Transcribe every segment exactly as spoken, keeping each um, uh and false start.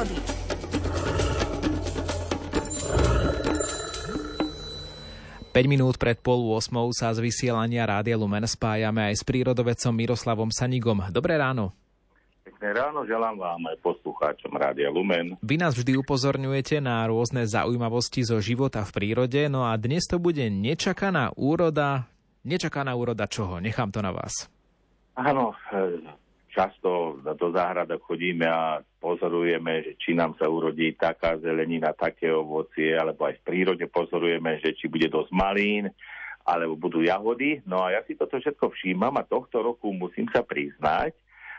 prírody. päť minút pred pol ôsmou sa z vysielania Rádia Lumen spájame aj s prírodovedcom Miroslavom Sanigom. Dobré ráno. Pekné ráno želám vám aj poslucháčom Rádia Lumen. Vy nás vždy upozorňujete na rôzne zaujímavosti zo života v prírode, no a dnes to bude nečakaná úroda. Nečakaná úroda čoho? Nechám to na vás. Áno, často do záhradok chodíme a pozorujeme, že či nám sa urodí taká zelenina, také ovocie, alebo aj v prírode pozorujeme, že či bude dosť malín, alebo budú jahody. No a ja si toto všetko všímam a tohto roku musím sa priznať,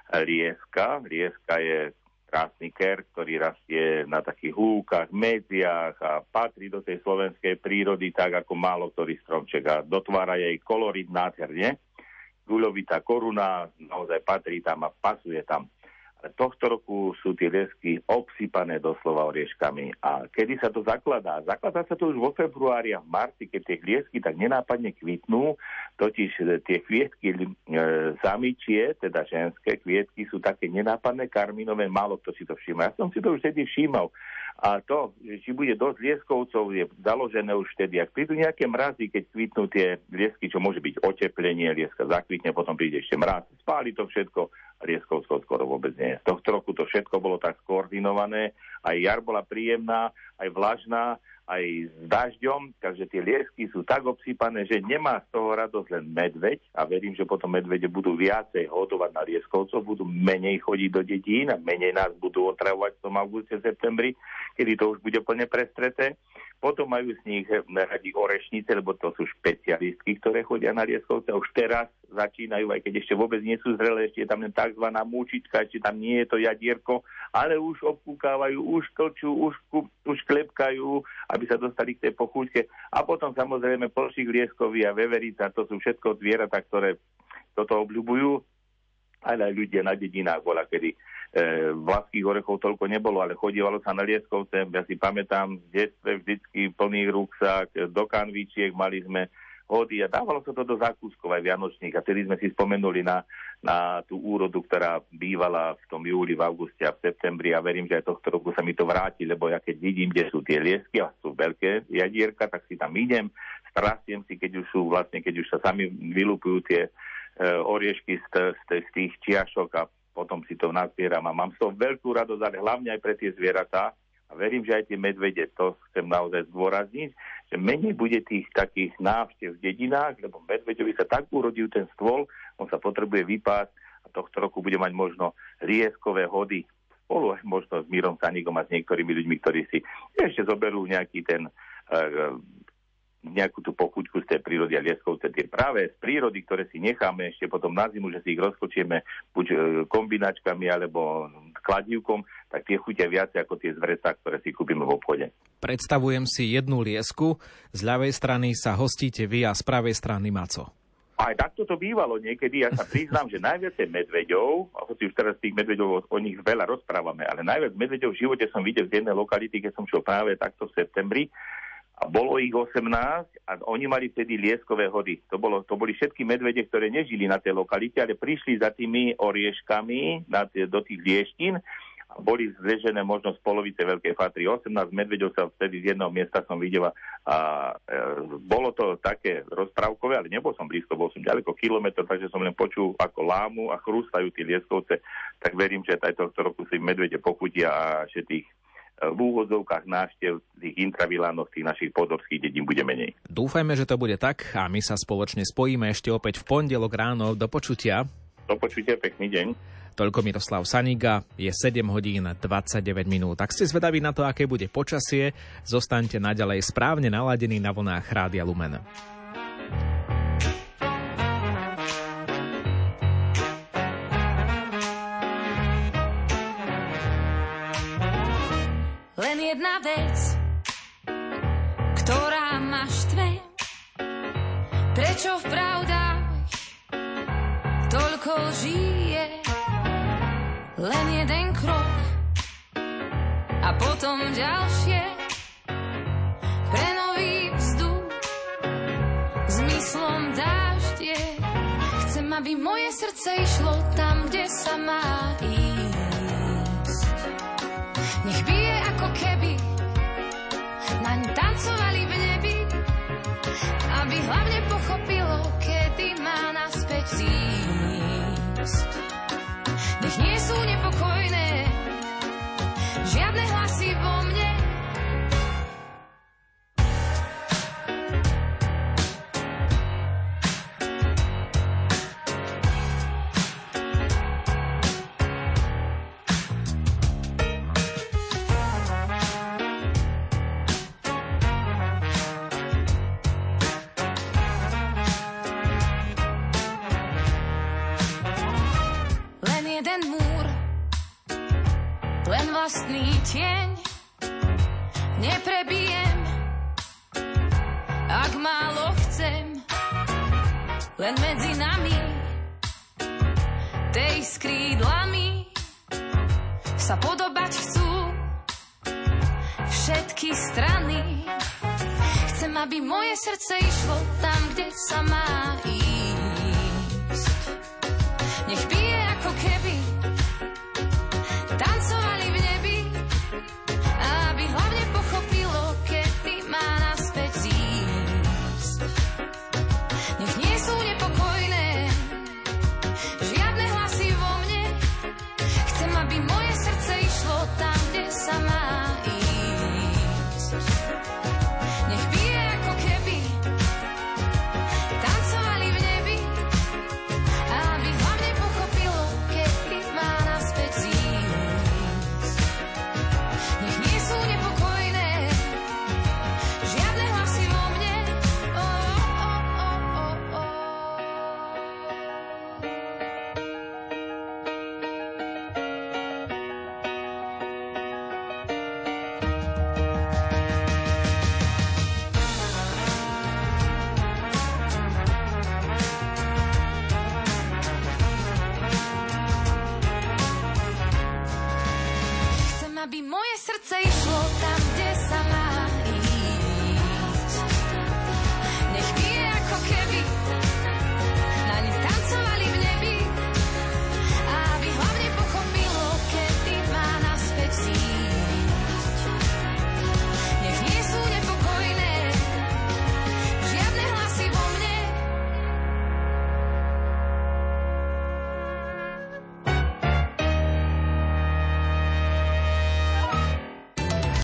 lieska, lieska je krásny ker, ktorý rastie na takých lúkach, medziach a patrí do tej slovenskej prírody tak ako málo ktorý stromček a dotvára jej kolorit nádherne. Guľovitá koruna naozaj patrí tam a pasuje tam. Ale tohto roku sú tie liesky obsypané doslova orieškami. A kedy sa to zakladá? Zakladá sa to už vo februári a v marci, keď tie liesky tak nenápadne kvitnú, totiž tie kvietky e, samičie, teda ženské kvietky, sú také nenápadné karmínové, málo kto si to všíma. Ja som si to už vtedy všímal. A to, či bude dosť lieskovcov, je založené už vtedy. Ak prídu nejaké mrazy, keď kvitnú tie liesky, čo môže byť oteplenie, lieska zakvitne, potom príde ešte mraz, spáli to všetko, lieskovcov skoro vôbec nie. Z tohto roku to všetko bolo tak skoordinované, aj jar bola príjemná, aj vlažná, aj s dažďom, takže tie liesky sú tak obsýpané, že nemá z toho radosť len medveď a verím, že potom medvede budú viacej hodovať na lieskovcov, budú menej chodiť do dedín a menej nás budú otravovať v tom auguste, septembri, kedy to už bude plne prestreté. Potom majú z nich radi orešnice, lebo to sú špecialistky, ktoré chodia na lieskovce. Už teraz začínajú, aj keď ešte vôbec nie sú zrelé, ešte je tam len tzv. Múčička, ešte tam nie je to jadierko, ale už obkúkávajú, už tlčú, už, už klepkajú, aby sa dostali k tej pochúťke. A potom samozrejme plšík lieskový a veverica, to sú všetko zvieratá, ktoré toto obľubujú, ale aj ľudia na dedinách bola, kedy E, vlaských orechov toľko nebolo, ale chodívalo sa na lieskovce. Ja si pamätám, v detstve vždycky plný ruksak, do kanvičiek mali sme hody a dávalo sa to do zákúskov aj vianočných. A tedy sme si spomenuli na, na tú úrodu, ktorá bývala v tom júli, v auguste a v septembri a verím, že aj tohto roku sa mi to vráti, lebo ja keď vidím, kde sú tie liesky a sú veľké jadierka, tak si tam idem, strastiem si, keď už sú vlastne, keď už sa sami vylupujú tie e, oriešky z, z, z tých čiašok a potom si to nazbieram a mám z toho veľkú radosť, ale hlavne aj pre tie zvieratá. A verím, že aj tie medvede, to chcem naozaj zdôrazniť, že menej bude tých takých návštev v dedinách, lebo medveďovi sa tak urodil ten stôl, on sa potrebuje vypásť a tohto roku bude mať možno lieskové hody spolu aj možno s Mírom Sanigom a s niektorými ľuďmi, ktorí si ešte zoberú nejaký ten uh, nejakú tú pochuťku z tej prírody a lieskovce, tie práve z prírody, ktoré si necháme ešte potom na zimu, že si ich rozkočieme buď kombinačkami alebo kladívkom, tak tie chutia viacej ako tie zvrecá, ktoré si kúpime v obchode. Predstavujem si jednu liesku, z ľavej strany sa hostíte vy a z pravej strany maco. Aj takto to bývalo niekedy, ja sa priznám, že najviac medveďov, a hoci už teraz tých medveďov o nich veľa rozprávame, ale najviac medveďov v živote som videl z jednej lokality, keď som šiel práve takto v septembri, a bolo ich osemnásť a oni mali vtedy lieskové hody. To, bolo, to boli všetky medvede, ktoré nežili na tej lokalite, ale prišli za tými orieškami na t- do tých lieštín a boli zležené možno z polovice veľkej fatry. osemnásť medveďov sa vtedy z jedného miesta som videl a e, bolo to také rozprávkové, ale nebol som blízko, bol som ďaleko kilometr, takže som len počul, ako lámu a chrústajú tie lieskovce. Tak verím, že aj tohto roku si medvede pochutia a že tých v úvodzovkách návštev tých intravilánoch tých našich podorských dedín bude menej. Dúfajme, že to bude tak a my sa spoločne spojíme ešte opäť v pondelok ráno. Do počutia. Do počutia, pekný deň. Toľko Miroslav Saniga, je sedem hodín dvadsaťdeväť minút. Ak ste zvedaví na to, aké bude počasie, zostaňte naďalej správne naladení na vlnách Rádia Lumen. Len jedna vec, ktorá ma štve, prečo v pravdách toľko žije. Len jeden krok a potom ďalšie, pre nový vzduch, zmyslom dáždie. Chcem, aby moje srdce išlo tam, kde sa má ísť. Nech ísť. Nech nie sú nepokojné žiadne hlasy vo mne. Vlastný tieň neprebijem, ak málo chcem, len medzi nami, tej s krídlami sa podobať chcú všetky strany. Chcem, aby moje srdce išlo tam, kde sa má ísť. Nech bije ako keby tancovali v nebi, aby hlavne pochopilo, kedy má naspäť zísť. Nech nie sú nepokojné žiadne hlasy vo mne. Chcem, aby moje srdce išlo tam, kde sa má ísť. Nech bije ako keby tancovali v nebi, aby hlavne pochopilo, kedy má naspäť zísť. Aby moje srdce išlo tam,